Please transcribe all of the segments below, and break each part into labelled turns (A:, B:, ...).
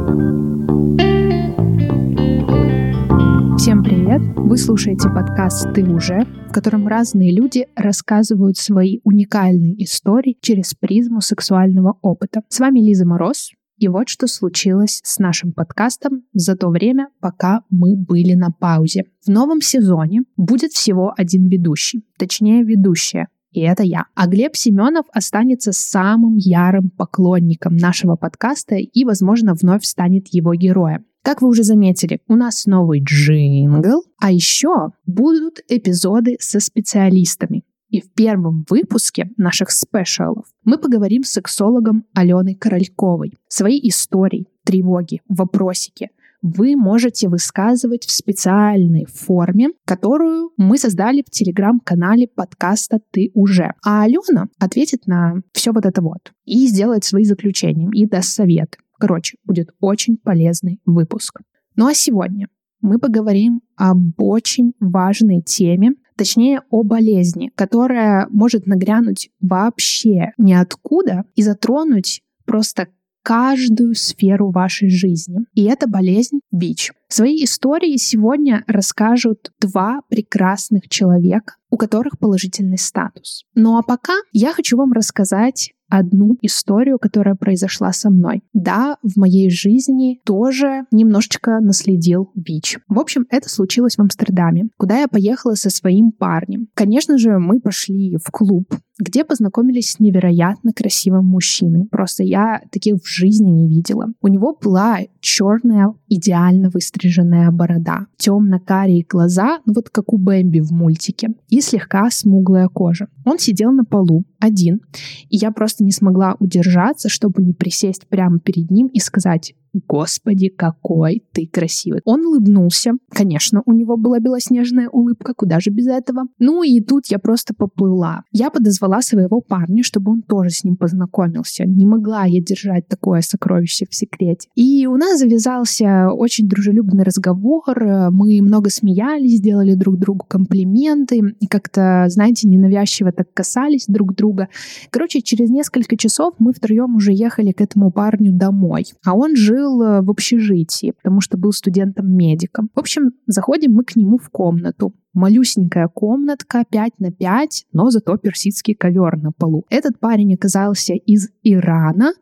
A: Всем привет! Вы слушаете подкаст «Ты уже?», в котором разные люди рассказывают свои уникальные истории через призму сексуального опыта. С вами Лиза Мороз, и вот что случилось с нашим подкастом за то время, пока мы были на паузе. В новом сезоне будет всего один ведущий, точнее ведущая, и это я. А Глеб Семенов останется самым ярым поклонником нашего подкаста и, возможно, вновь станет его героем. Как вы уже заметили, у нас новый джингл, а еще будут эпизоды со специалистами. И в первом выпуске наших спешалов мы поговорим с сексологом Аленой Корольковой. Свои истории, тревоги, вопросики вы можете высказывать в специальной форме, которую мы создали в телеграм-канале подкаста «Ты уже». А Алена ответит на все вот это вот и сделает свои заключения, и даст советы. Короче, будет очень полезный выпуск. Ну а сегодня мы поговорим об очень важной теме, точнее о болезни, которая может нагрянуть вообще ниоткуда и затронуть просто каждую сферу вашей жизни. И это болезнь ВИЧ. Свои истории сегодня расскажут два прекрасных человека, у которых положительный статус. Ну а пока я хочу вам рассказать одну историю, которая произошла со мной. Да, в моей жизни тоже немножечко наследил ВИЧ. В общем, это случилось в Амстердаме, куда я поехала со своим парнем. Конечно же, мы пошли в клуб, где познакомились с невероятно красивым мужчиной. Просто я таких в жизни не видела. У него была черная, идеально выстриженная борода, темно-карие глаза, ну вот как у Бэмби в мультике, и слегка смуглая кожа. Он сидел на полу один, и я просто не смогла удержаться, чтобы не присесть прямо перед ним и сказать: «Господи, какой ты красивый». Он улыбнулся. Конечно, у него была белоснежная улыбка, куда же без этого. Ну и тут я просто поплыла. Я подозвала своего парня, чтобы он тоже с ним познакомился. Не могла я держать такое сокровище в секрете. И у нас завязался очень дружелюбный разговор. Мы много смеялись, делали друг другу комплименты и как-то, знаете, ненавязчиво так касались друг друга. Короче, через несколько часов мы втроем уже ехали к этому парню домой. А он жил в общежитии, потому что был студентом-медиком. В общем, заходим мы к нему в комнату. Малюсенькая комнатка, 5x5, но зато персидский ковер на полу. Этот парень оказался из Ирана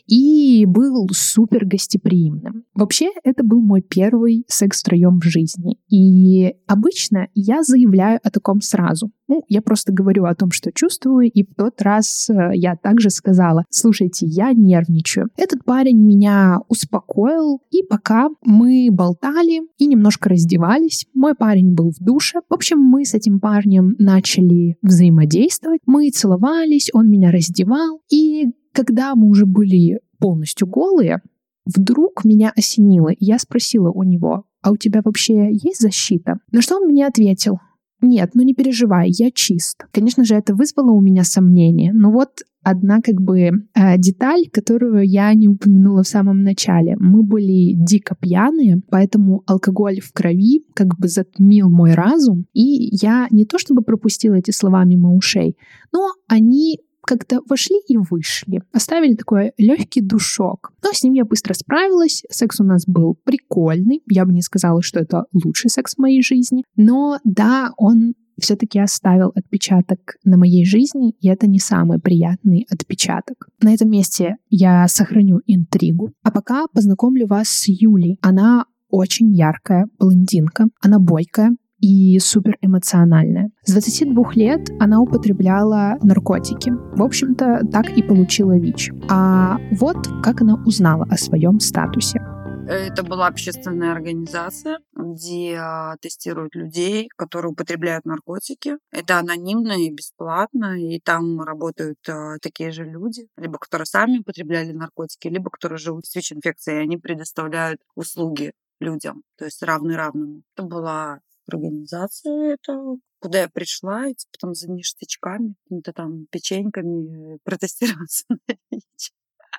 A: и был супер гостеприимным. Вообще, это был мой первый секс втроем в жизни. И обычно я заявляю о таком сразу. Я просто говорю о том, что чувствую, и в тот раз я также сказала: слушайте, я нервничаю. Этот парень меня успокоил, и пока мы болтали и немножко раздевались, мой парень был в душе. В общем, мы с этим парнем начали взаимодействовать, мы целовались, он меня раздевал, и когда мы уже были полностью голые, вдруг меня осенило, и я спросила у него: а у тебя вообще есть защита? На что он мне ответил: нет, не переживай, я чист. Конечно же, это вызвало у меня сомнения, но вот одна деталь, которую я не упомянула в самом начале. Мы были дико пьяные, поэтому алкоголь в крови затмил мой разум, и я не то чтобы пропустила эти слова мимо ушей, но они как-то вошли и вышли, оставили такой легкий душок. Но с ним я быстро справилась, секс у нас был прикольный, я бы не сказала, что это лучший секс в моей жизни, но да, он все-таки оставил отпечаток на моей жизни, и это не самый приятный отпечаток. На этом месте я сохраню интригу, а пока познакомлю вас с Юлей. Она очень яркая блондинка, она бойкая и супер эмоциональная. С 22 лет она употребляла наркотики. В общем-то, так и получила ВИЧ. А вот как она узнала о своем статусе.
B: Это была общественная организация, где тестируют людей, которые употребляют наркотики. Это анонимно и бесплатно, и там работают такие же люди, либо которые сами употребляли наркотики, либо которые живут с ВИЧ-инфекцией, и они предоставляют услуги людям, то есть равный равному. Это была организация, куда я пришла, и там за ништячками, какими-то там печеньками протестироваться на ВИЧ.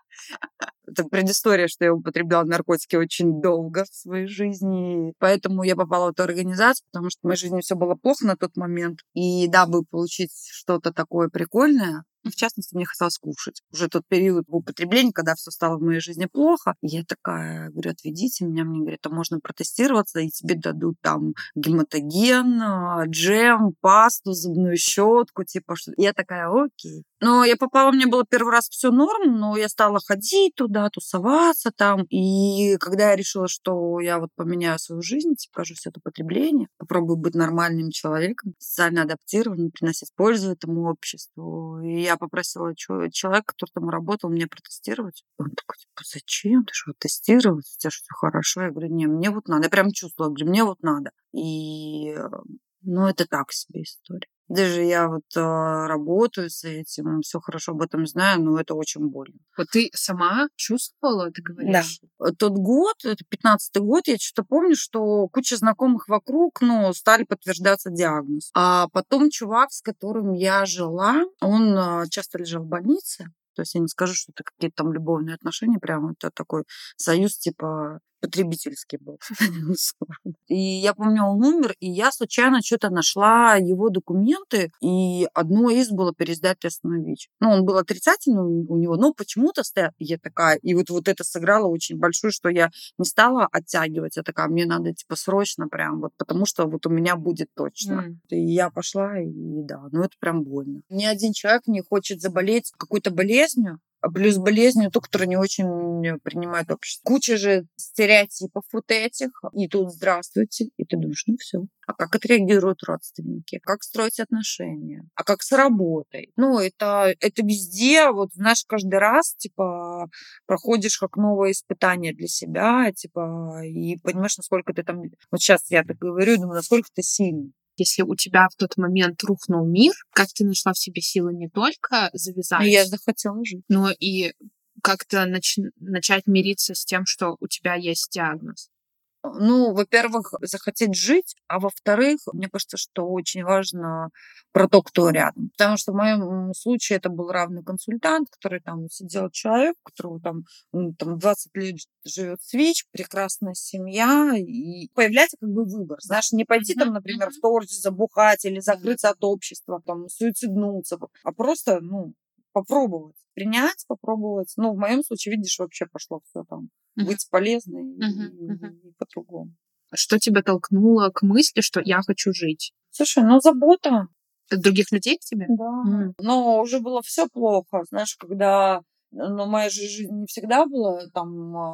B: Это предыстория, что я употребляла наркотики очень долго в своей жизни. Поэтому я попала в эту организацию, потому что в моей жизни все было плохо на тот момент. И дабы получить что-то такое прикольное, В частности, мне хотелось кушать. Уже тот период употребления, когда все стало в моей жизни плохо. И я такая, говорю, отведите меня. Мне говорят, а можно протестироваться, и тебе дадут там гематоген, джем, пасту, зубную щетку, типа что. Я такая, окей. Но я попала, мне было первый раз все норм, но я стала ходить туда, тусоваться там. И когда я решила, что я вот поменяю свою жизнь, типа, кажусь от употребления, попробую быть нормальным человеком, социально адаптированным, приносить пользу этому обществу. И я попросила человека, который там работал, мне протестировать. Он такой, типа, зачем? Ты что, тестировать? У тебя что, хорошо? Я говорю, не, мне вот надо. Я прям чувствовала, говорю, мне вот надо. И, ну, это так себе история. Даже я вот работаю с этим, все хорошо об этом знаю, но это очень больно.
A: Вот ты сама чувствовала, ты говоришь?
B: Да. Тот год, это 15-й год, я что-то помню, что куча знакомых вокруг, ну, стали подтверждаться диагноз. А потом чувак, с которым я жила, он часто лежал в больнице. То есть я не скажу, что это какие-то там любовные отношения, прям это такой союз типа потребительский был. И я помню, он умер, и я случайно что-то нашла его документы, и одно из было переиздательство ВИЧ. Ну, он был отрицательный у него, но почему-то стоял. И я такая, и вот это сыграло очень большую, что я не стала оттягивать, я такая, мне надо типа срочно прям, вот потому что вот у меня будет точно. И я пошла, и да, ну это прям больно. Ни один человек не хочет заболеть какой-то болезнью, а плюс болезнью, ту, которую не очень принимает общество. Куча же стереотипов вот этих. И тут здравствуйте. И ты думаешь, ну все. А как отреагируют родственники? Как строить отношения? А как с работой? Ну, это везде, вот, знаешь, каждый раз, типа, проходишь как новое испытание для себя, типа, и понимаешь, насколько ты там... Вот сейчас я так говорю, думаю, насколько ты сильный.
A: Если у тебя в тот момент рухнул мир, как ты нашла в себе силы не только завязать,
B: Я захотела жить,
A: но и как-то начать мириться с тем, что у тебя есть диагноз?
B: Ну, во-первых, захотеть жить, а во-вторых, мне кажется, что очень важно про то, кто рядом. Потому что в моем случае это был равный консультант, который там сидел человек, у которого там 20 лет живет с ВИЧ, прекрасная семья, и появляется как бы выбор. Знаешь, не пойти там, например, в торте забухать или закрыться от общества, там, суициднуться, а просто, ну, попробовать. Принять, попробовать. Ну, в моем случае, видишь, вообще пошло все там. Быть полезной и по-другому.
A: Что тебя толкнуло к мысли, что я хочу жить?
B: Слушай, ну забота.
A: От других людей к тебе?
B: Да. Но уже было все плохо. Знаешь, когда... Но моя же жизнь не всегда была там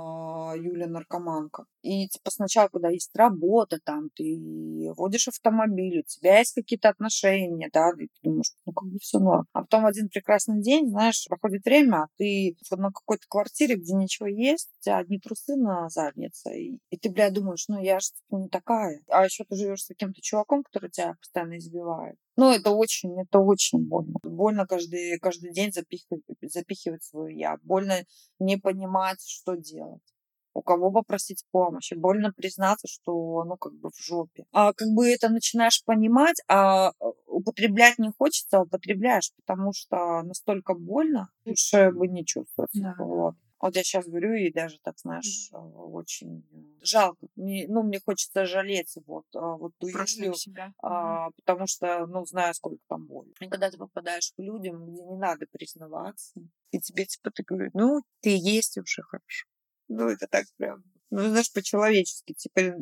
B: Юля наркоманка. И типа сначала, когда есть работа, там ты водишь автомобиль, у тебя есть какие-то отношения, да, и ты думаешь, ну как бы все норм. А потом в один прекрасный день, знаешь, проходит время, а ты на какой-то квартире, где ничего есть, у тебя одни трусы на заднице, и ты, бля, думаешь, ну я же типа не такая. А еще ты живешь с каким-то чуваком, который тебя постоянно избивает. Ну, это очень больно. Больно каждый день запихивать свое я. Больно не понимать, что делать. У кого попросить помощи. Больно признаться, что, ну, как бы в жопе. А как бы это начинаешь понимать, а употреблять не хочется, а употребляешь, потому что настолько больно, лучше бы не чувствовать.
A: Да.
B: Вот я сейчас говорю, и даже, так знаешь, очень жалко. Мне хочется жалеть вот ту Юлю, потому что, ну, знаю, сколько там боли. И когда ты попадаешь к людям, где не надо признаваться, и тебе типа ты говоришь, ну, ты есть уже хорошо. Ну, это так прям, ну, знаешь, по-человечески, типа,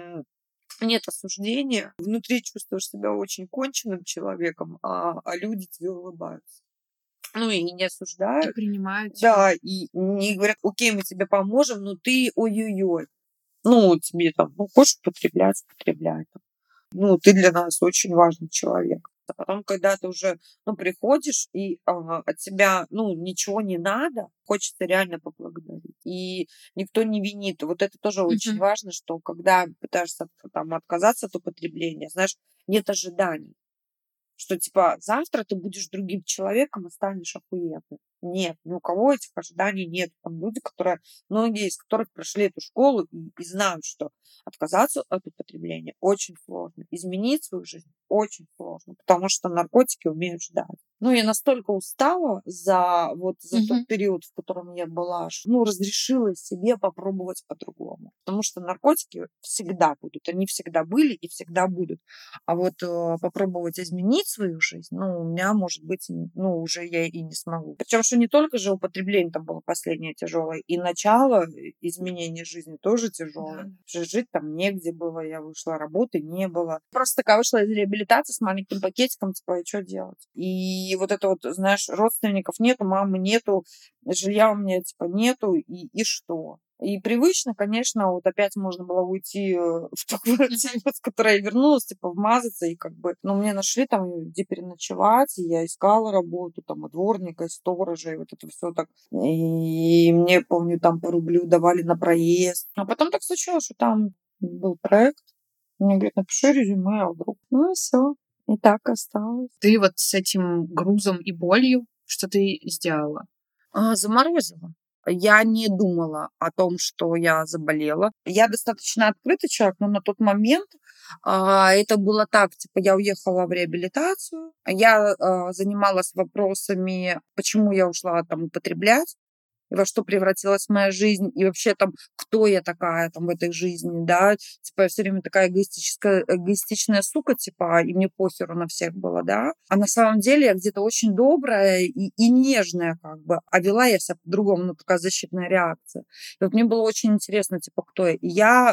B: нет осуждения. Внутри чувствуешь себя очень конченным человеком, а люди тебе улыбаются. Ну, и не осуждают.
A: И принимают.
B: Да, и не говорят, окей, мы тебе поможем, но ты ой-ой-ой. Ну, тебе там, ну, хочешь употреблять, употребляй. Ну, ты для нас очень важный человек. А потом, когда ты уже, ну, приходишь, и от тебя, ну, ничего не надо, хочется реально поблагодарить. И никто не винит. Вот это тоже очень важно, что когда пытаешься там отказаться от употребления, знаешь, нет ожиданий. Что, типа, завтра ты будешь другим человеком и станешь охуенным. Нет, ни у кого этих ожиданий нет. Там люди, многие из которых прошли эту школу и знают, что отказаться от употребления очень сложно. Изменить свою жизнь очень сложно, потому что наркотики умеют ждать. Я настолько устала за тот период, в котором я была, что, разрешила себе попробовать по-другому. Потому что наркотики всегда будут. Они всегда были и всегда будут. А попробовать изменить свою жизнь, у меня, может быть, уже я и не смогу. Причем, что не только же употребление там было последнее тяжелое, и начало изменения жизни тоже тяжелое. Да. Жить там негде было, я вышла, работы не было. Просто такая вышла из реабилитации с маленьким пакетиком, типа, и что делать? И знаешь, родственников нету, мамы нету, жилья у меня, типа, нету, и что? И привычно, конечно, опять можно было уйти в ту квартиру, с которой я вернулась, типа, вмазаться, и мне нашли там, где переночевать, и я искала работу, там, и дворника, и сторожа, и это все так. И мне, помню, там по рублю давали на проезд. А потом так случилось, что там был проект, мне говорят, напиши резюме, а вдруг? И все. И так осталось.
A: Ты с этим грузом и болью, что ты сделала?
B: Заморозила. Я не думала о том, что я заболела. Я достаточно открытый человек, но на тот момент это было так, типа, я уехала в реабилитацию, я занималась вопросами, почему я ушла там употреблять, и во что превратилась моя жизнь, и вообще там, кто я такая там в этой жизни, да, типа, я все время такая эгоистичная сука, типа, и мне похеру на всех было, да, а на самом деле я где-то очень добрая и нежная, а вела я себя по-другому, такая защитная реакция. И мне было очень интересно, типа, кто я. И я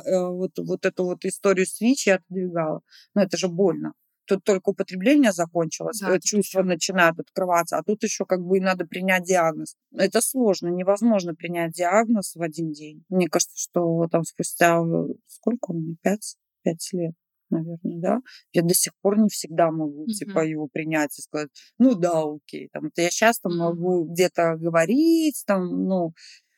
B: эту историю с ВИЧ я отодвигала. Но это же больно. Тут только употребление закончилось,
A: да,
B: чувства начинают открываться, а тут еще и надо принять диагноз. Это сложно, невозможно принять диагноз в один день. Мне кажется, что там спустя, сколько у меня, 5 лет, наверное, да, я до сих пор не всегда могу, типа, его принять и сказать, да, окей. Я сейчас могу где-то говорить, но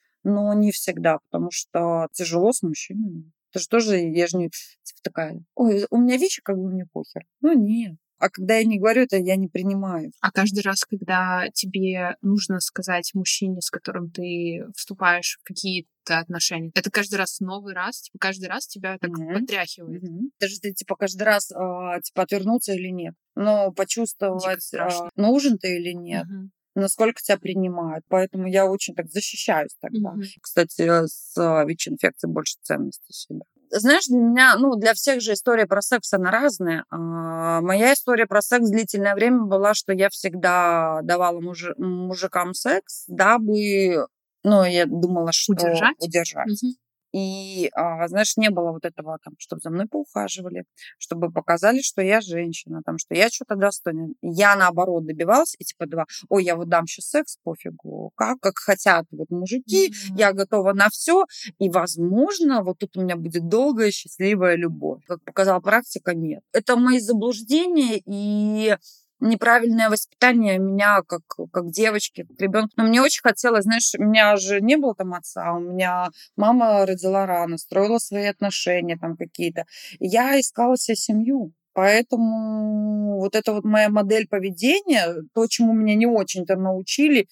B: не всегда, потому что тяжело с мужчинами. Это же тоже, я же не типа такая, ой, у меня ВИЧ, мне похер. Нет. А когда я не говорю, это я не принимаю.
A: А каждый раз, когда тебе нужно сказать мужчине, с которым ты вступаешь в какие-то отношения, это каждый раз новый раз? Типа каждый раз тебя так потряхивает?
B: Даже ты, типа, каждый раз, отвернуться или нет. Но почувствовать, нужен ты или нет. Насколько тебя принимают. Поэтому я очень так защищаюсь тогда. Кстати, с ВИЧ-инфекцией больше ценности себя. Знаешь, для меня, для всех же история про секс, она разная. Моя история про секс длительное время была, что я всегда давала мужикам секс, дабы, я думала, что удержать. И, знаешь, не было этого, чтобы за мной поухаживали, чтобы показали, что я женщина, что я что-то достойна. Я, наоборот, добивалась, и типа, ой, я дам сейчас секс, пофигу, как хотят мужики, я готова на все, и, возможно, тут у меня будет долгая, счастливая любовь. Как показала практика, нет. Это мои заблуждения и неправильное воспитание меня как девочки, как ребенка. Но мне очень хотелось, знаешь, у меня же не было там отца, у меня мама родила рано, строила свои отношения какие-то. Я искала себе семью. Поэтому это моя модель поведения, то, чему меня не очень-то научили,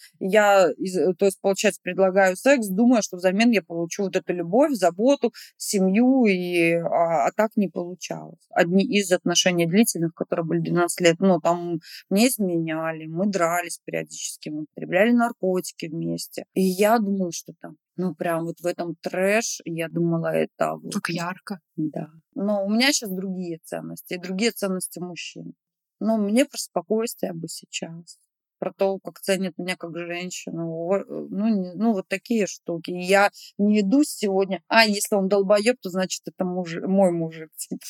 B: то есть, получается, предлагаю секс, думая, что взамен я получу эту любовь, заботу, семью, а так не получалось. Одни из отношений длительных, которые были 12 лет, там мне изменяли, мы дрались периодически, мы употребляли наркотики вместе. И я думала, что там прям в этом трэш, я думала, это...
A: Так ярко.
B: Да. Но у меня сейчас другие ценности, и другие ценности мужчин. Мне про спокойствие бы сейчас, про то, как ценят меня как женщину, вот такие штуки. И я не ведусь сегодня, если он долбоеб, то значит, это мой мужик.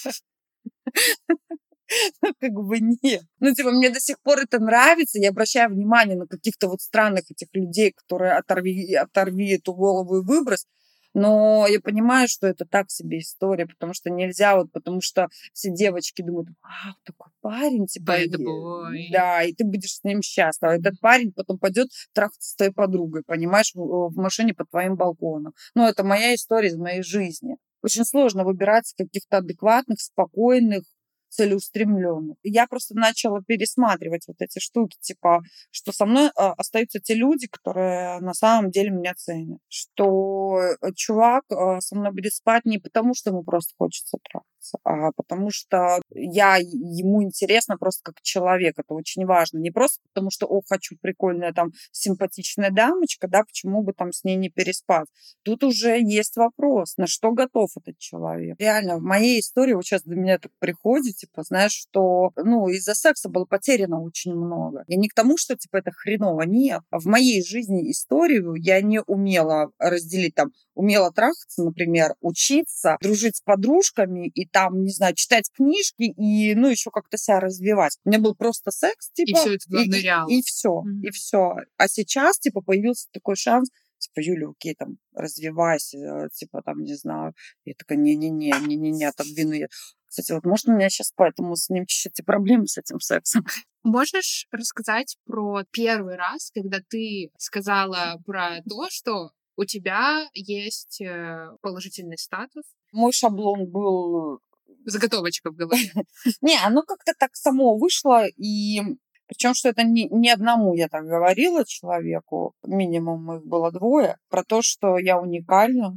B: Нет. Мне до сих пор это нравится. Я обращаю внимание на каких-то странных этих людей, которые оторви эту голову и выбрось. Но я понимаю, что это так себе история, потому что нельзя, потому что все девочки думают, такой парень, типа, да, и ты будешь с ним счастлива. Этот парень потом пойдет трахаться с твоей подругой, понимаешь, в машине под твоим балконом. Это моя история из моей жизни. Очень сложно выбирать каких-то адекватных, спокойных, целеустремленных. Я просто начала пересматривать вот эти штуки, типа, что со мной остаются те люди, которые на самом деле меня ценят. Что чувак со мной будет спать не потому, что ему просто хочется трахаться, а потому что ему интересна просто как человек. Это очень важно. Не просто потому, что, хочу прикольная там симпатичная дамочка, да, почему бы там с ней не переспать. Тут уже есть вопрос, на что готов этот человек. Реально, в моей истории вот сейчас до меня так приходит, типа, знаешь, что, из-за секса было потеряно очень много. Я не к тому, что, типа, это хреново, нет. В моей жизни историю я не умела разделить, там, умела трахаться, например, учиться, дружить с подружками и там, не знаю, читать книжки и, еще как-то себя развивать. У меня был просто секс, типа,
A: и все это главный реал.
B: И все, и все. А сейчас, типа, появился такой шанс, типа, Юля, окей, там, развивайся, типа, там, не знаю. Я такая, не, отодвину я. Кстати, вот может у меня сейчас поэтому с ним чуть-чуть проблемы с этим сексом.
A: Можешь рассказать про первый раз, когда ты сказала про то, что у тебя есть положительный статус?
B: Мой шаблон был...
A: Заготовочка в голове.
B: Не, оно как-то так само вышло, и причем, что это не одному я так говорила человеку, минимум их было 2, про то, что я уникальна.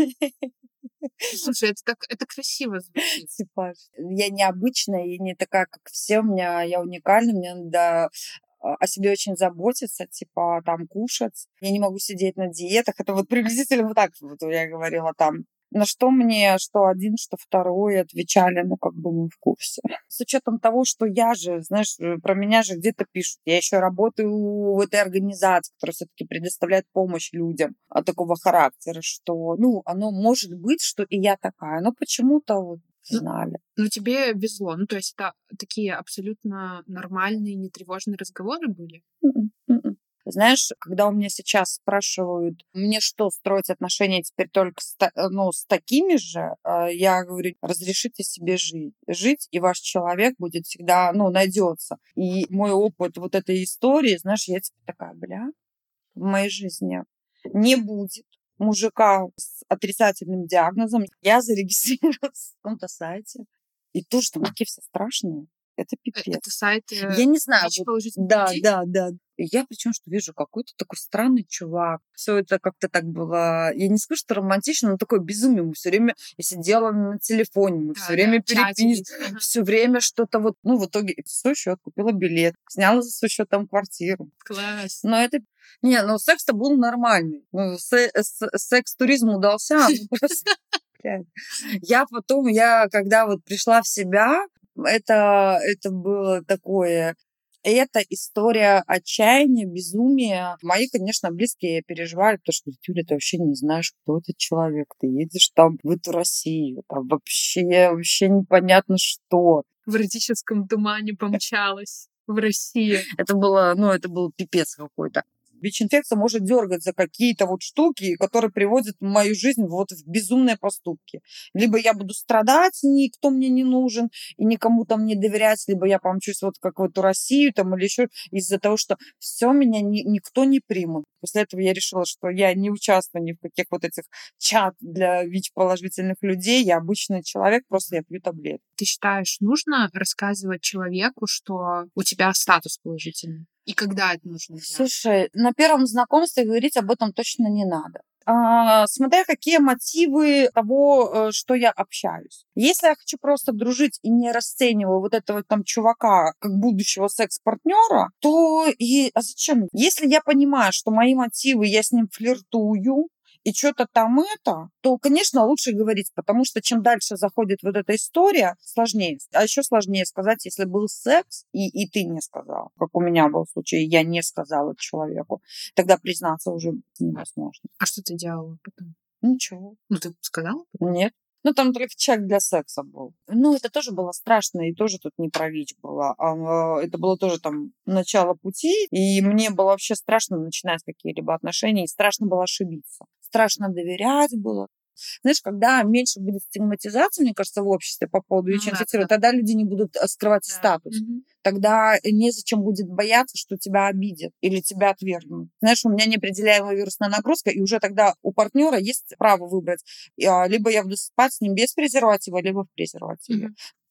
A: Слушай, это красиво звучит.
B: Типа, я необычная, я не такая, как все, я уникальна, мне надо о себе очень заботиться, типа, там, кушать. Я не могу сидеть на диетах. Это вот приблизительно вот так вот я говорила там. На что мне, что один, что второй отвечали, как бы мы в курсе. С учетом того, что я же, знаешь, про меня же где-то пишут. Я еще работаю в этой организации, которая все-таки предоставляет помощь людям такого характера, что, оно может быть, что и я такая, но почему-то вот знали.
A: Ну, тебе везло. То есть это такие абсолютно нормальные, нетревожные разговоры были?
B: Знаешь, когда у меня сейчас спрашивают, мне что, строить отношения теперь только с такими же, я говорю, разрешите себе жить, и ваш человек будет всегда, найдется. И мой опыт вот этой истории, знаешь, я типа такая, в моей жизни не будет мужика с отрицательным диагнозом. Я зарегистрировалась в каком-то сайте, и тоже там такие все страшные. Это пипец.
A: Это сайт...
B: Я не знаю. Да. Я причем что вижу какой-то такой странный чувак. Все это как-то так было. Я не скажу, что романтично, но такое безумие. Мы все время, я сидела на телефоне, мы все время переписывались, все время что-то вот. В итоге свой счет купила билет, сняла за свой счет там квартиру.
A: Класс.
B: Но это... секс-то был нормальный. Секс-туризм удался. Я потом, когда вот пришла в себя, это было такое... Это история отчаяния, безумия. Мои, конечно, близкие переживали, потому что говорят, Юля, ты вообще не знаешь, кто этот человек. Ты едешь там в эту Россию, там вообще непонятно что.
A: В эротическом тумане помчалась в Россию.
B: Это был пипец какой-то. ВИЧ-инфекция может дергать за какие-то вот штуки, которые приводят мою жизнь вот в безумные поступки. Либо я буду страдать, никто мне не нужен, и никому там не доверять, либо я помчусь вот как в эту Россию там, или еще из-за того, что все меня никто не примут. После этого я решила, что я не участвую ни в каких вот этих чат для ВИЧ-положительных людей. Я обычный человек, просто я пью таблетки.
A: Ты считаешь, нужно рассказывать человеку, что у тебя статус положительный? И когда это нужно делать?
B: Слушай, на первом знакомстве говорить об этом точно не надо. Смотря какие мотивы того, что я общаюсь. Если я хочу просто дружить и не расцениваю вот этого там чувака как будущего секс-партнера, то зачем? Если я понимаю, что мои мотивы, я с ним флиртую, и что-то там то, конечно, лучше говорить, потому что чем дальше заходит вот эта история, сложнее. А еще сложнее сказать, если был секс, и ты не сказал, как у меня был случай, я не сказала человеку, тогда признаться уже невозможно.
A: А что ты делала потом?
B: Ничего.
A: Ты сказала?
B: Нет. Там только чек для секса был. Это тоже было страшно, и тоже тут не про ВИЧ было. Это было тоже там начало пути, и мне было вообще страшно начинать какие-либо отношения, и страшно было ошибиться. Страшно доверять было. Знаешь, когда меньше будет стигматизации, мне кажется, в обществе по поводу ВИЧ-инфицирования, тогда люди не будут скрывать статус. Тогда незачем будет бояться, что тебя обидят или тебя отвергнут. Знаешь, у меня неопределяемая вирусная нагрузка, и уже тогда у партнера есть право выбрать. Либо я буду спать с ним без презерватива, либо в презервативе.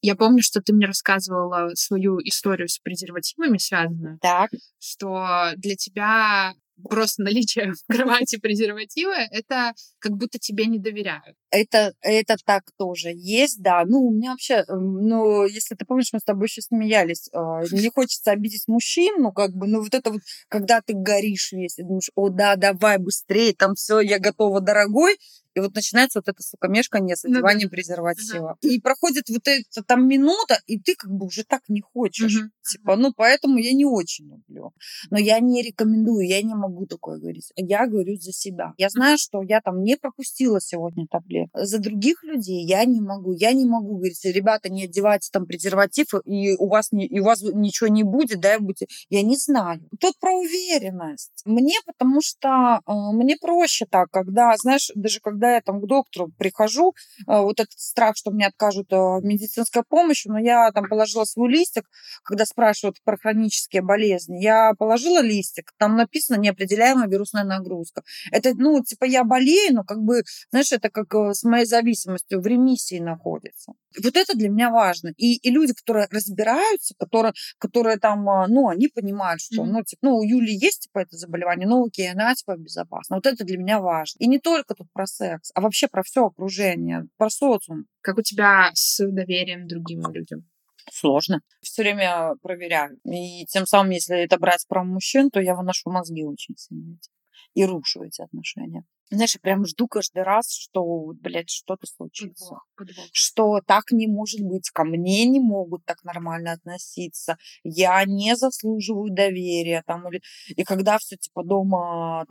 A: Я помню, что ты мне рассказывала свою историю с презервативами связанную.
B: Так.
A: Что для тебя просто наличие в кровати презерватива — это как будто тебе не доверяют.
B: Это так тоже есть, да. У меня вообще, если ты помнишь, мы с тобой еще смеялись, не хочется обидеть мужчин, вот это вот, когда ты горишь весь, и думаешь, о, да, давай быстрее, там все, я готова, дорогой. И вот начинается вот это сукомешканье с одеванием презерватива. И проходит вот эта там минута, и ты как бы уже так не хочешь. Поэтому я не очень люблю. Но я не рекомендую, я не могу такое говорить. Я говорю за себя. Я знаю, что я там не пропустила сегодня таблетку. За других людей я не могу. Я не могу говорить, ребята, не одевайте там презерватив, и у вас ничего не будет, да, я не знаю. Тут про уверенность. Потому что мне проще так, когда, знаешь, даже когда я там к доктору прихожу, вот этот страх, что мне откажут медицинской помощи, но я там положила свой листик, когда спрашивают про хронические болезни, я положила листик, там написано неопределяемая вирусная нагрузка. Это, я болею, но знаешь, это как с моей зависимостью в ремиссии находится. Вот это для меня важно. И люди, которые разбираются, которые там, они понимают, что, у Юли есть, это заболевание, окей, она, безопасна. Вот это для меня важно. И не только тут про секс, а вообще про все окружение, про социум.
A: Как у тебя с доверием другим людям?
B: Сложно. Все время проверяю. И тем самым, если это брать про мужчин, то я выношу мозги очень сильно. И рушу эти отношения. Знаешь, я прям жду каждый раз, что, что-то случится.
A: Подвох.
B: Что так не может быть. Ко мне не могут так нормально относиться. Я не заслуживаю доверия. И когда все дома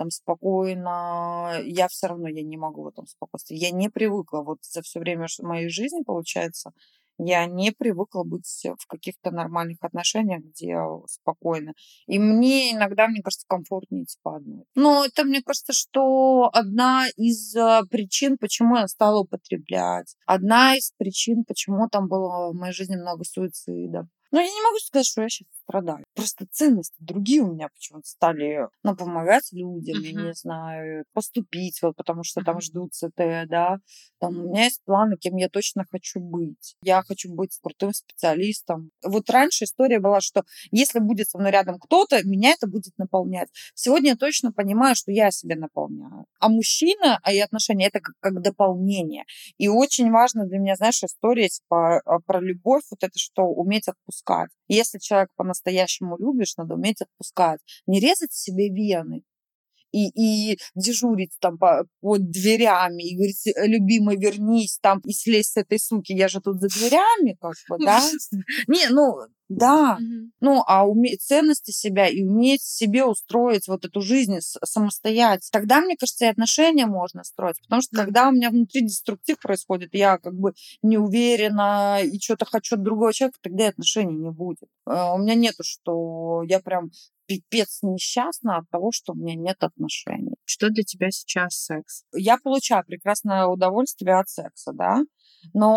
B: спокойно, я все равно не могу в этом спокойствии. Я не привыкла. Вот за все время моей жизни, получается, я не привыкла быть в каких-то нормальных отношениях, где спокойно. И мне иногда, мне кажется, комфортнее одной. Но это, мне кажется, что одна из причин, почему я стала употреблять. Одна из причин, почему там было в моей жизни много суицидов. Но я не могу сказать, что я сейчас страдаю. Просто ценности другие у меня почему-то стали, помогать людям, я не знаю, поступить, потому что там ждут ЦТ, да. Там у меня есть планы, кем я точно хочу быть. Я хочу быть крутым специалистом. Вот раньше история была, что если будет со мной рядом кто-то, меня это будет наполнять. Сегодня я точно понимаю, что я себя наполняю. А мужчина, и отношения — это как дополнение. И очень важно для меня, знаешь, история про любовь, вот это что, уметь отпускать. Если человека по-настоящему любишь, надо уметь отпускать. Не резать себе вены и дежурить там под дверями и говорить, любимый, вернись там и слезь с этой суки, я же тут за дверями, да? Не, да. А уметь ценности себя и уметь себе устроить вот эту жизнь самостоятельно. Тогда, мне кажется, и отношения можно строить. Потому что когда у меня внутри деструктив происходит, я не уверена и что-то хочу от другого человека, тогда и отношений не будет. У меня нету, что я прям пипец несчастна от того, что у меня нет отношений.
A: Что для тебя сейчас секс?
B: Я получаю прекрасное удовольствие от секса, да, но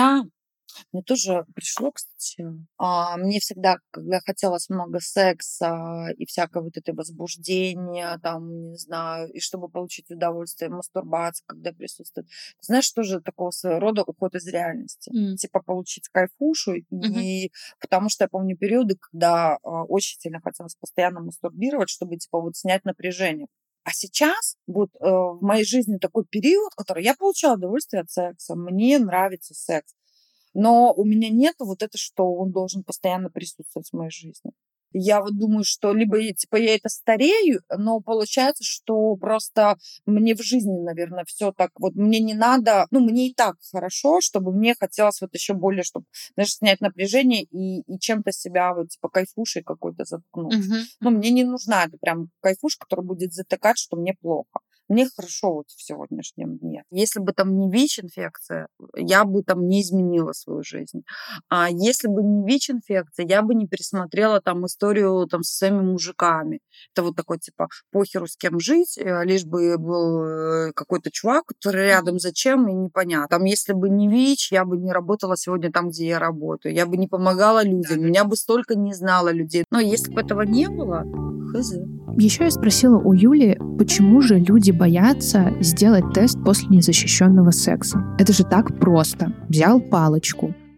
B: мне тоже пришло, кстати, мне всегда, когда хотелось много секса и всякое вот это возбуждение, не знаю, и чтобы получить удовольствие, мастурбация, когда присутствует. Ты знаешь, тоже такого своего рода уход из реальности. Получить кайфушу. И потому что я помню периоды, когда очень сильно хотелось постоянно мастурбировать, чтобы, снять напряжение. А сейчас в моей жизни такой период, который я получала удовольствие от секса, мне нравится секс. Но у меня нет вот это, что он должен постоянно присутствовать в моей жизни. Я думаю, что либо я это старею, но получается, что просто мне в жизни, наверное, все так мне не надо, мне и так хорошо, чтобы мне хотелось еще более, чтобы, знаешь, снять напряжение и чем-то себя кайфушей какой-то заткнуть. Мне не нужна эта прям кайфуша, которая будет затыкать, что мне плохо. Мне хорошо в сегодняшнем дне. Если бы там не ВИЧ-инфекция, я бы там не изменила свою жизнь. А если бы не ВИЧ-инфекция, я бы не пересмотрела историю со своими мужиками. Это такой похеру с кем жить, лишь бы был какой-то чувак, который рядом, зачем, и непонятно. Если бы не ВИЧ, я бы не работала сегодня там, где я работаю. Я бы не помогала людям, меня бы столько не знала людей. Но если бы этого не было, хз.
A: Еще я спросила у Юли, почему же люди боятся сделать тест после незащищенного секса. Это же так просто. Взял палочку,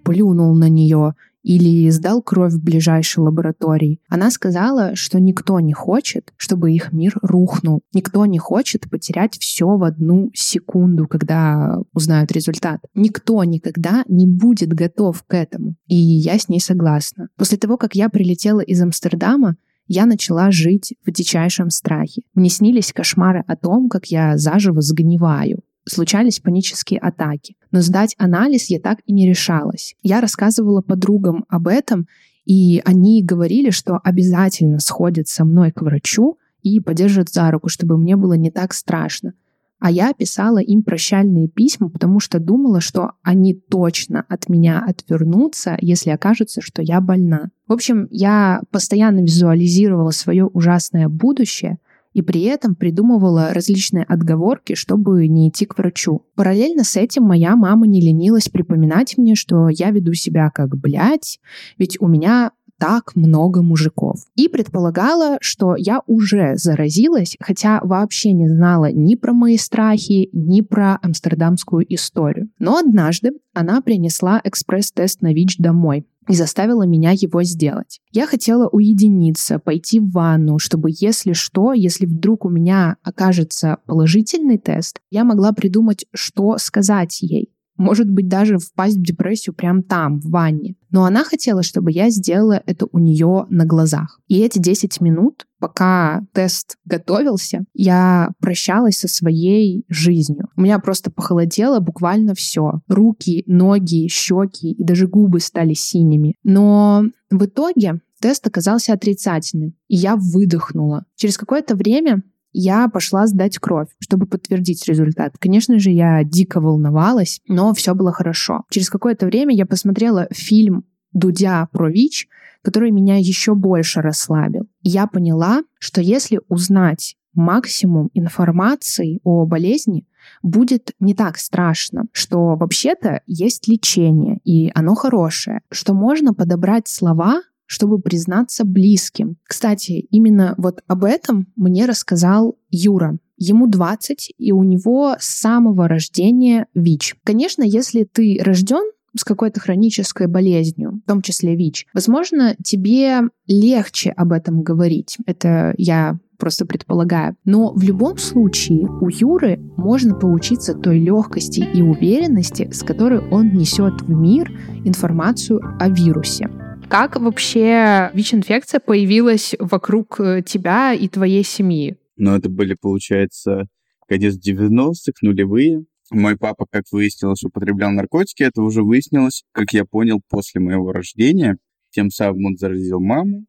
A: плюнул на нее или сдал кровь в ближайшей лаборатории. Она сказала, что никто не хочет, чтобы их мир рухнул. Никто не хочет потерять все в одну секунду, когда узнают результат. Никто никогда не будет готов к этому. И я с ней согласна. После того, как я прилетела из Амстердама, я начала жить в дичайшем страхе. Мне снились кошмары о том, как я заживо сгниваю. Случались панические атаки. Но сдать анализ я так и не решалась. Я рассказывала подругам об этом, и они говорили, что обязательно сходят со мной к врачу и подержат за руку, чтобы мне было не так страшно. А я писала им прощальные письма, потому что думала, что они точно от меня отвернутся, если окажется, что я больна. В общем, я постоянно визуализировала свое ужасное будущее, и при этом придумывала различные отговорки, чтобы не идти к врачу. Параллельно с этим моя мама не ленилась припоминать мне, что я веду себя как блядь, ведь у меня так много мужиков. И предполагала, что я уже заразилась, хотя вообще не знала ни про мои страхи, ни про амстердамскую историю. Но однажды она принесла экспресс-тест на ВИЧ домой и заставила меня его сделать. Я хотела уединиться, пойти в ванну, чтобы, если что, если вдруг у меня окажется положительный тест, я могла придумать, что сказать ей. Может быть, даже впасть в депрессию прямо там, в ванне. Но она хотела, чтобы я сделала это у нее на глазах. И эти 10 минут, пока тест готовился, я прощалась со своей жизнью. У меня просто похолодело буквально все. Руки, ноги, щеки и даже губы стали синими. Но в итоге тест оказался отрицательным, и я выдохнула. Через какое-то время я пошла сдать кровь, чтобы подтвердить результат. Конечно же, я дико волновалась, но все было хорошо. Через какое-то время я посмотрела фильм Дудя про ВИЧ, который меня еще больше расслабил. И я поняла, что если узнать максимум информации о болезни, будет не так страшно, что вообще-то есть лечение, и оно хорошее, что можно подобрать слова, чтобы признаться близким. Кстати, именно вот об этом мне рассказал Юра. Ему 20, и у него с самого рождения ВИЧ. Конечно, если ты рожден с какой-то хронической болезнью, в том числе ВИЧ, возможно, тебе легче об этом говорить. Это я просто предполагаю. Но в любом случае у Юры можно поучиться той легкости и уверенности, с которой он несет в мир информацию о вирусе. Как вообще ВИЧ-инфекция появилась вокруг тебя и твоей семьи?
C: Ну, это были, получается, конец 90-х, нулевые. Мой папа, как выяснилось, употреблял наркотики. Это уже выяснилось, как я понял, после моего рождения. Тем самым он заразил маму.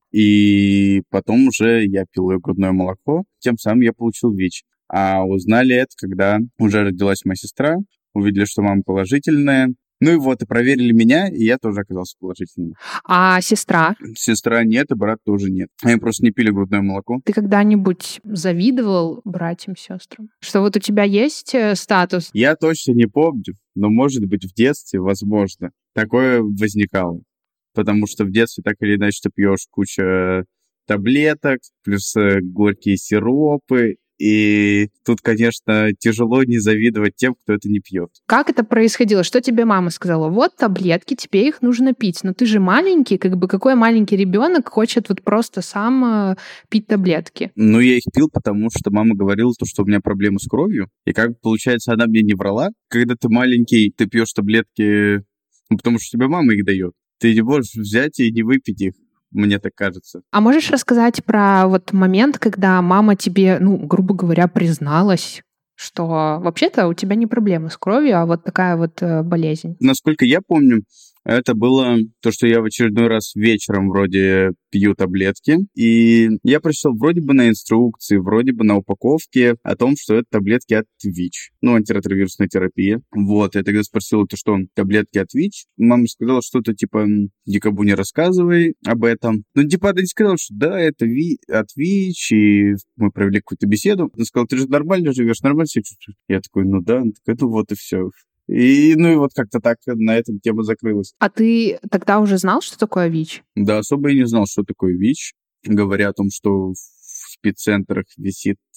C: И потом уже я пил ее грудное молоко. Тем самым я получил ВИЧ. А узнали это, когда уже родилась моя сестра. Увидели, что мама положительная. Ну и вот, и проверили меня, и я тоже оказался положительным.
A: А сестра?
C: Сестра нет, и брат тоже нет. Они просто не пили грудное молоко.
A: Ты когда-нибудь завидовал братьям, сестрам? Что вот у тебя есть статус?
C: Я точно не помню, но, может быть, в детстве, возможно, такое возникало. Потому что в детстве так или иначе ты пьешь кучу таблеток, плюс горькие сиропы. И тут, конечно, тяжело не завидовать тем, кто это не пьет.
A: Как это происходило? Что тебе мама сказала? Вот таблетки, тебе их нужно пить. Но ты же маленький, как бы какой маленький ребенок хочет вот просто сам пить таблетки?
C: Ну, я их пил, потому что мама говорила, что у меня проблемы с кровью. И как получается, она мне не врала. Когда ты маленький, ты пьешь таблетки, потому что тебе мама их дает. Ты не можешь взять и не выпить их. Мне так кажется.
A: А можешь рассказать про вот момент, когда мама тебе, грубо говоря, призналась, что вообще-то у тебя не проблемы с кровью, а вот такая вот болезнь?
C: Насколько я помню, это было то, что я в очередной раз вечером вроде пью таблетки, и я прочитал вроде бы на инструкции, вроде бы на упаковке о том, что это таблетки от ВИЧ, антиретровирусная терапия. Вот, я тогда спросил, это что, таблетки от ВИЧ? Мама сказала что-то типа, никому не рассказывай об этом. Она не сказала, что да, это от ВИЧ, и мы провели какую-то беседу. Она сказала, ты же нормально живешь, нормально себя чувствуешь? Я такой, да, это вот и все. И вот как-то так на этом тема закрылась.
A: А ты тогда уже знал, что такое ВИЧ?
C: Да, особо я не знал, что такое ВИЧ. Говоря о том, что в спеццентрах висит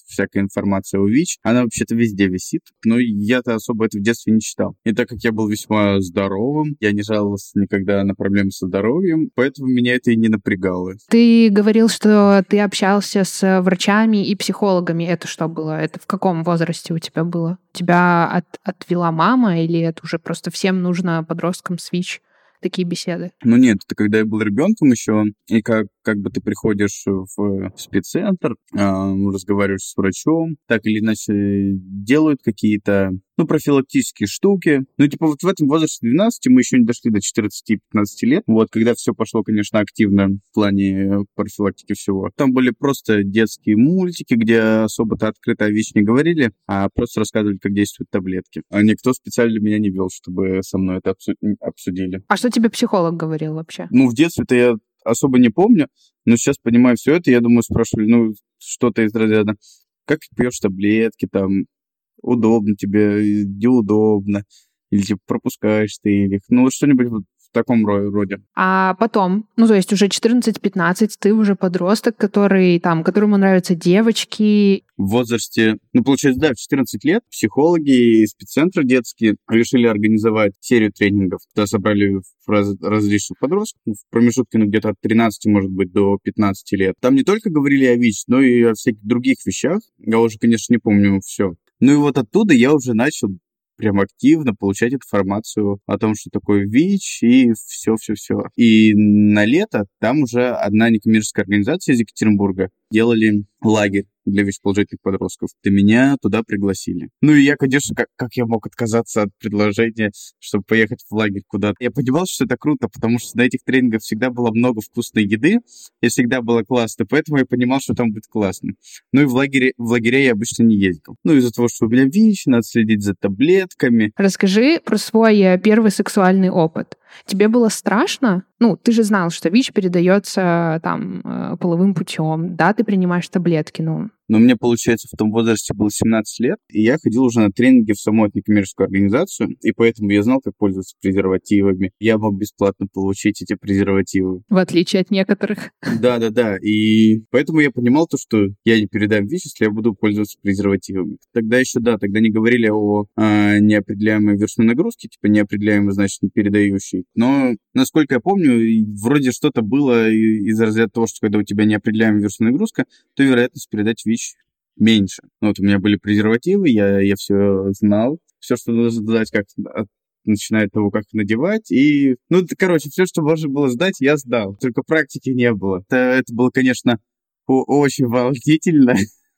C: всякая информация о ВИЧ. Она вообще-то везде висит, но я-то особо это в детстве не читал. И так как я был весьма здоровым, я не жаловался никогда на проблемы со здоровьем, поэтому меня это и не напрягало.
A: Ты говорил, что ты общался с врачами и психологами. Это что было? Это в каком возрасте у тебя было? Тебя отвела мама или это уже просто всем нужно подросткам с ВИЧ? Такие беседы?
C: Ну нет, это когда я был ребенком еще, и как бы ты приходишь в спеццентр, разговариваешь с врачом, так или иначе делают какие-то, профилактические штуки. Типа вот в этом возрасте 12 мы еще не дошли до 14-15 лет. Вот, когда все пошло, конечно, активно в плане профилактики всего. Там были просто детские мультики, где особо-то открыто о ВИЧ не говорили, а просто рассказывали, как действуют таблетки. А никто специально меня не вел, чтобы со мной это обсудили.
A: А что тебе психолог говорил вообще?
C: В детстве-то я особо не помню, но сейчас понимаю все это, я думаю, спрашивали, что-то из разряда, как ты пьешь таблетки, там, удобно тебе, неудобно, или типа пропускаешь ты их, что-нибудь вот в таком роде.
A: А потом, то есть уже 14-15, ты уже подросток, которому нравятся девочки.
C: В возрасте, получается, да, в 14 лет психологи и спеццентры детские решили организовать серию тренингов. Туда собрали различных подростков в промежутке, где-то от 13, может быть, до 15 лет. Там не только говорили о ВИЧ, но и о всяких других вещах. Я уже, конечно, не помню все. И вот оттуда я уже начал прям активно получать информацию о том, что такое ВИЧ и все-все-все. И на лето там уже одна некоммерческая организация из Екатеринбурга делали лагерь для ВИЧ-положительных подростков. Меня туда пригласили. И я, конечно, как я мог отказаться от предложения, чтобы поехать в лагерь куда-то. Я понимал, что это круто, потому что на этих тренингах всегда было много вкусной еды, и всегда было классно, поэтому я понимал, что там будет классно. И в лагеря я обычно не ездил. Из-за того, что у меня ВИЧ, надо следить за таблетками.
A: Расскажи про свой первый сексуальный опыт. Тебе было страшно? Ты же знал, что ВИЧ передается половым путем, да, ты принимаешь таблетки,
C: Но мне, получается, в том возрасте было 17 лет, и я ходил уже на тренинги в саму некоммерческую организацию, и поэтому я знал, как пользоваться презервативами. Я мог бесплатно получить эти презервативы.
A: В отличие от некоторых.
C: Да. И поэтому я понимал то, что я не передам ВИЧ, если я буду пользоваться презервативами. Тогда не говорили о неопределяемой вирусной нагрузке, типа неопределяемой, значит, не передающей. Но, насколько я помню, вроде что-то было из разряда того, что когда у тебя неопределяемая вирусная нагрузка, то вероятность передать ВИЧ меньше. У меня были презервативы, я все знал. Все, что нужно знать, начиная от того, как надевать. И, все, что можно было сдать, я сдал. Только практики не было. Это было, конечно, очень волнительно.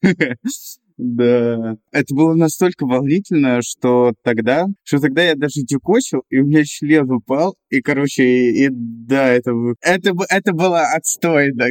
C: Да. Это было настолько волнительно, что тогда я даже дюкочил, и у меня член упал, и, это было отстойно,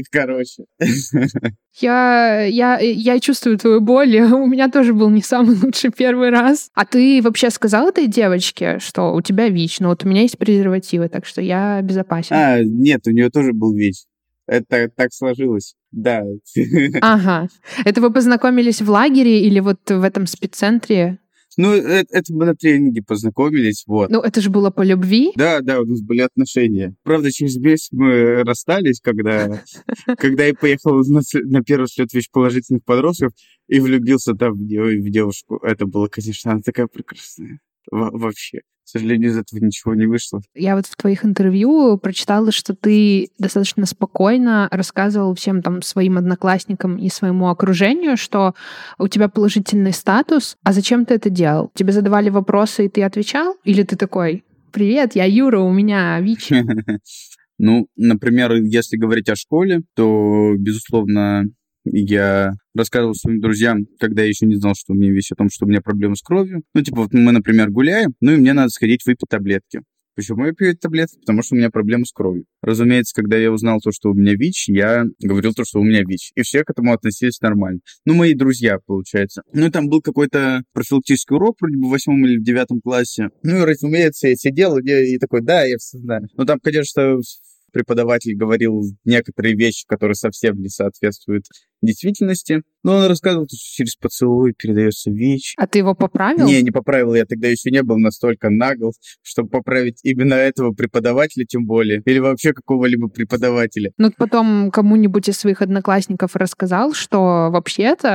A: Я чувствую твою боль. У меня тоже был не самый лучший первый раз. А ты вообще сказал этой девочке, что у тебя ВИЧ? У меня есть презервативы, так что я безопасен.
C: Нет, у нее тоже был ВИЧ. Это так сложилось, да.
A: Ага. Это вы познакомились в лагере или вот в этом спеццентре?
C: Это мы на тренинге познакомились, вот.
A: Это же было по любви?
C: Да, у нас были отношения. Правда, через месяц мы расстались, когда я поехал на первый слет ВИЧ-положительных подростков и влюбился там в девушку. Это было, конечно, она такая прекрасная. Вообще. К сожалению, из этого ничего не вышло.
A: Я вот в твоих интервью прочитала, что ты достаточно спокойно рассказывал всем своим одноклассникам и своему окружению, что у тебя положительный статус. А зачем ты это делал? Тебе задавали вопросы, и ты отвечал? Или ты такой: «Привет, я Юра, у меня ВИЧ»?
C: Например, если говорить о школе, то, безусловно, я рассказывал своим друзьям, когда я еще не знал, что у меня ВИЧ, о том, что у меня проблемы с кровью. Мы, например, гуляем, и мне надо сходить выпить таблетки. Почему я пью эти таблетки? Потому что у меня проблемы с кровью. Разумеется, когда я узнал то, что у меня ВИЧ, я говорил то, что у меня ВИЧ. И все к этому относились нормально. Мои друзья, получается. Там был какой-то профилактический урок, вроде бы в 8 или в 9 классе. Разумеется, я сидел и такой, да, я все знаю. Там, конечно, преподаватель говорил некоторые вещи, которые совсем не соответствуют действительности. Но он рассказывал, что через поцелуй передается ВИЧ.
A: А ты его поправил?
C: Не поправил. Я тогда еще не был настолько нагл, чтобы поправить именно этого преподавателя, тем более. Или вообще какого-либо преподавателя.
A: Потом кому-нибудь из своих одноклассников рассказал, что вообще-то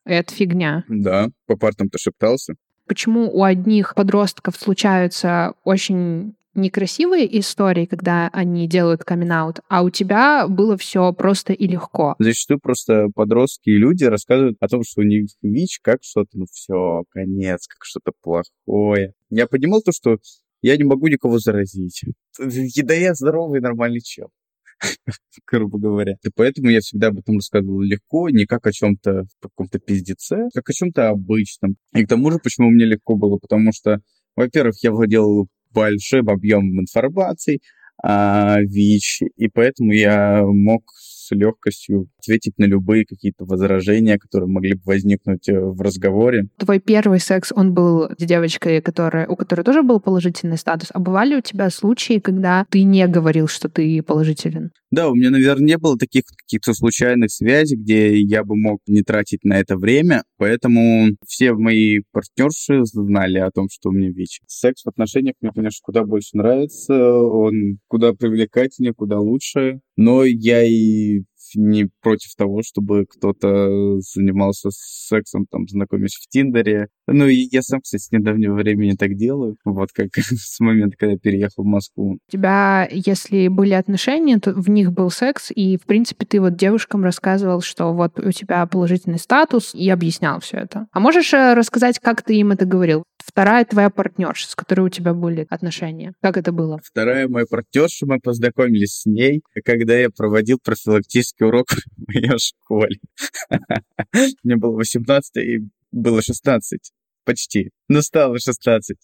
A: Это фигня.
C: Да, по партам-то шептался.
A: Почему у одних подростков случаются очень некрасивые истории, когда они делают камин-аут, а у тебя было все просто и легко?
C: Зачастую просто подростки и люди рассказывают о том, что у них ВИЧ как что-то, все, конец, как что-то плохое. Я понимал то, что я не могу никого заразить. Да я здоровый, нормальный чел, грубо говоря. И поэтому я всегда об этом рассказывал легко, не как о чем-то, каком-то пиздеце, как о чем-то обычном. И к тому же, почему мне легко было, потому что, во-первых, я владел большим объемом информации о ВИЧ, и поэтому я мог с легкостью ответить на любые какие-то возражения, которые могли бы возникнуть в разговоре.
A: Твой первый секс, он был с девочкой, у которой тоже был положительный статус. А бывали у тебя случаи, когда ты не говорил, что ты положителен?
C: Да, у меня, наверное, не было таких каких-то случайных связей, где я бы мог не тратить на это время, поэтому все мои партнерши знали о том, что у меня ВИЧ. Секс в отношениях мне, конечно, куда больше нравится, он куда привлекательнее, куда лучше, но я и не против того, чтобы кто-то занимался сексом, там, знакомясь в Тиндере. Ну, и я сам, кстати, с недавнего времени так делаю. Вот как с момента, когда я переехал в Москву.
A: У тебя, если были отношения, то в них был секс, и, в принципе, ты вот девушкам рассказывал, что вот у тебя положительный статус, и объяснял все это. А можешь рассказать, как ты им это говорил? Вторая твоя партнерша, с которой у тебя были отношения. Как это было?
C: Вторая моя партнерша, мы познакомились с ней, когда я проводил профилактический урок в моей школе. Мне было 18, и было 16. Почти. Но стало 16.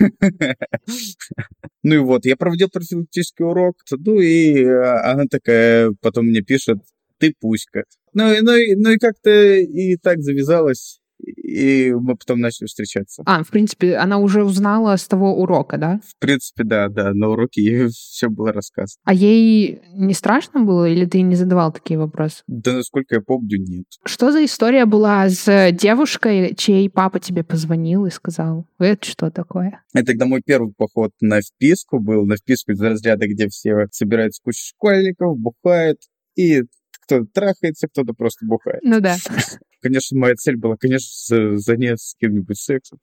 C: Ну и вот, я проводил профилактический урок, ну и она такая потом мне пишет: ты пуська. Ну и как-то и так завязалось. И мы потом начали встречаться.
A: В принципе, она уже узнала с того урока, да?
C: В принципе, да, на уроке ей все было рассказано.
A: А ей не страшно было, или ты не задавал такие вопросы?
C: Да, насколько я помню, нет.
A: Что за история была с девушкой, чей папа тебе позвонил и сказал: это что такое?
C: Это тогда мой первый поход на вписку был, на вписку из разряда, где все собираются куча школьников, бухают, и кто-то трахается, кто-то просто бухает.
A: Ну да.
C: Конечно, моя цель была, конечно, заняться с кем-нибудь сексом.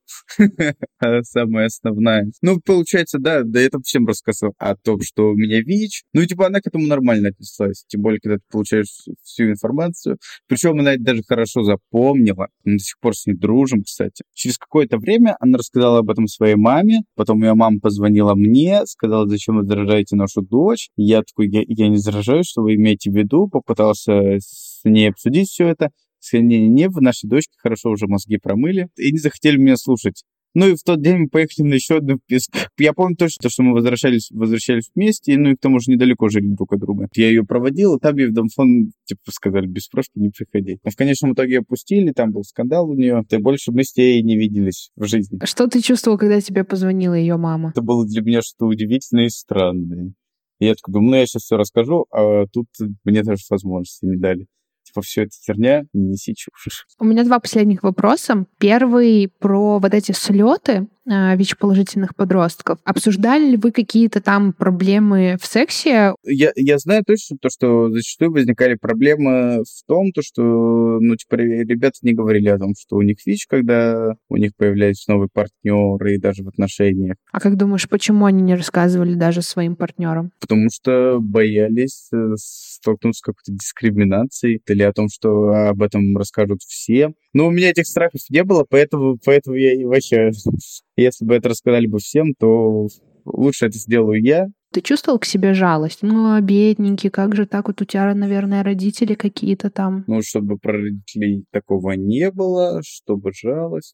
C: Самая основная. Ну, получается, да, это всем рассказал о том, что у меня ВИЧ. Ну, типа, она к этому нормально отнеслась. Тем более, когда ты получаешь всю информацию. Причем она это даже хорошо запомнила. Мы до сих пор с ней дружим, кстати. Через какое-то время она рассказала об этом своей маме. Потом ее мама позвонила мне, сказала: зачем вы заражаете нашу дочь? Я такой: я не заражаю, что вы имеете в виду? Попытался с ней обсудить все это. Не, в нашей дочке хорошо уже мозги промыли и не захотели меня слушать. Ну и в тот день мы поехали на еще одну вписку. Я помню точно, что мы возвращались вместе, ну и к тому же недалеко жили друг от друга. Я ее проводил, и там ей в домфон сказали: без справки не приходи. Но в конечном итоге ее пустили, там был скандал у нее, и больше мы с ней не виделись в жизни.
A: Что ты чувствовал, когда тебе позвонила ее мама?
C: Это было для меня что-то удивительное и странное. И я такой думаю: я сейчас все расскажу, а тут мне даже возможности не дали. Все это херня, не неси чушь.
A: У меня 2 последних вопроса. Первый про вот эти слеты ВИЧ-положительных подростков. Обсуждали ли вы какие-то там проблемы в сексе?
C: Я знаю точно то, что зачастую возникали проблемы в том, то, что, ребята не говорили о том, что у них ВИЧ, когда у них появлялись новые партнеры и даже в отношениях.
A: А как думаешь, почему они не рассказывали даже своим партнерам?
C: Потому что боялись столкнуться с какой-то дискриминацией или о том, что об этом расскажут все. Но у меня этих страхов не было, поэтому я и вообще... Если бы это рассказали бы всем, то лучше это сделаю я.
A: Ты чувствовал к себе жалость? Бедненький, как же так? Вот у тебя, наверное, родители какие-то там.
C: Чтобы про родителей такого не было, чтобы жалость.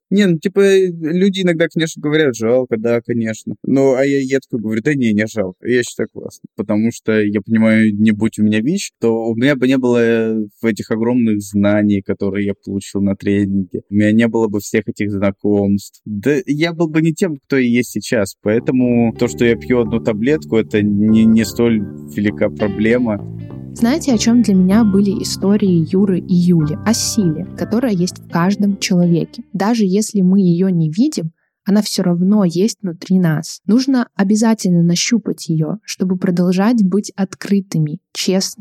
C: Люди иногда, конечно, говорят: жалко, да, конечно. А я такой говорю: да не жалко, я считаю классно. Потому что я понимаю, не будь у меня ВИЧ, то у меня бы не было этих огромных знаний, которые я получил на тренинге. У меня не было бы всех этих знакомств. Да я был бы не тем, кто я есть сейчас. Поэтому то, что я пью одну таблетку, это не столь велика проблема.
A: Знаете, о чем для меня были истории Юры и Юли? О силе, которая есть в каждом человеке. Даже если мы ее не видим, она все равно есть внутри нас. Нужно обязательно нащупать ее, чтобы продолжать быть открытыми, честными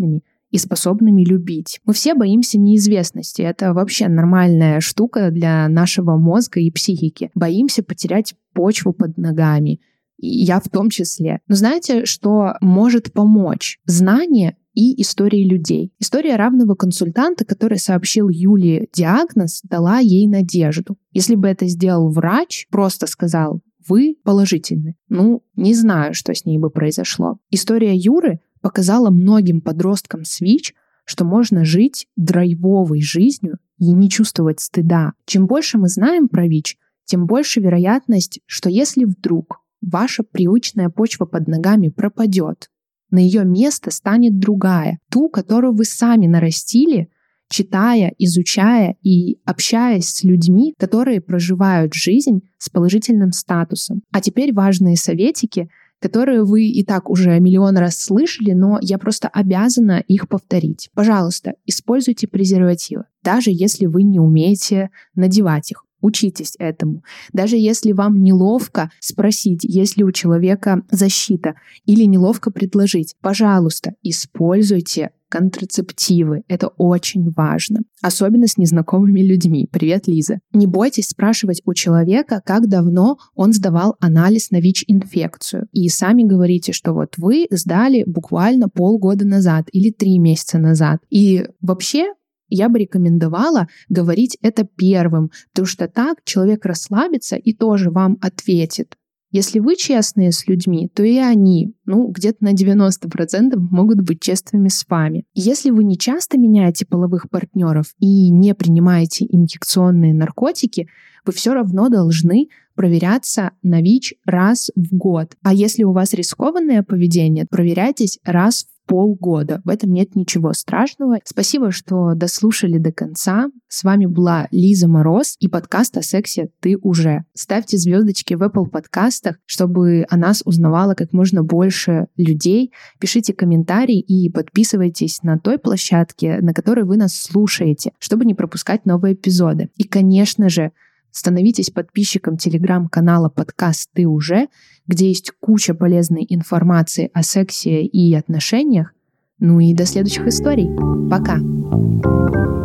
A: и способными любить. Мы все боимся неизвестности. Это вообще нормальная штука для нашего мозга и психики. Боимся потерять почву под ногами. И я в том числе. Но знаете, что может помочь? Знание и истории людей. История равного консультанта, который сообщил Юле диагноз, дала ей надежду. Если бы это сделал врач, просто сказал: вы положительны. Не знаю, что с ней бы произошло. История Юры показала многим подросткам с ВИЧ, что можно жить драйвовой жизнью и не чувствовать стыда. Чем больше мы знаем про ВИЧ, тем больше вероятность, что если вдруг ваша привычная почва под ногами пропадет, на ее место станет другая, ту, которую вы сами нарастили, читая, изучая и общаясь с людьми, которые проживают жизнь с положительным статусом. А теперь важные советики, которые вы и так уже миллион раз слышали, но я просто обязана их повторить. Пожалуйста, используйте презервативы, даже если вы не умеете надевать их. Учитесь этому. Даже если вам неловко спросить, есть ли у человека защита, или неловко предложить, пожалуйста, используйте контрацептивы. Это очень важно. Особенно с незнакомыми людьми. Привет, Лиза. Не бойтесь спрашивать у человека, как давно он сдавал анализ на ВИЧ-инфекцию. И сами говорите, что вот вы сдали буквально полгода назад или 3 месяца назад. И вообще, я бы рекомендовала говорить это первым, потому что так человек расслабится и тоже вам ответит. Если вы честные с людьми, то и они, где-то на 90% могут быть честными с вами. Если вы не часто меняете половых партнеров и не принимаете инъекционные наркотики, вы все равно должны проверяться на ВИЧ раз в год. А если у вас рискованное поведение, проверяйтесь раз в полгода. В этом нет ничего страшного. Спасибо, что дослушали до конца. С вами была Лиза Мороз и подкаст о сексе «Ты уже». Ставьте звездочки в Apple подкастах, чтобы о нас узнавало как можно больше людей. Пишите комментарии и подписывайтесь на той площадке, на которой вы нас слушаете, чтобы не пропускать новые эпизоды. И, конечно же, становитесь подписчиком телеграм-канала «Подкаст «Ты уже», где есть куча полезной информации о сексе и отношениях. И до следующих историй. Пока!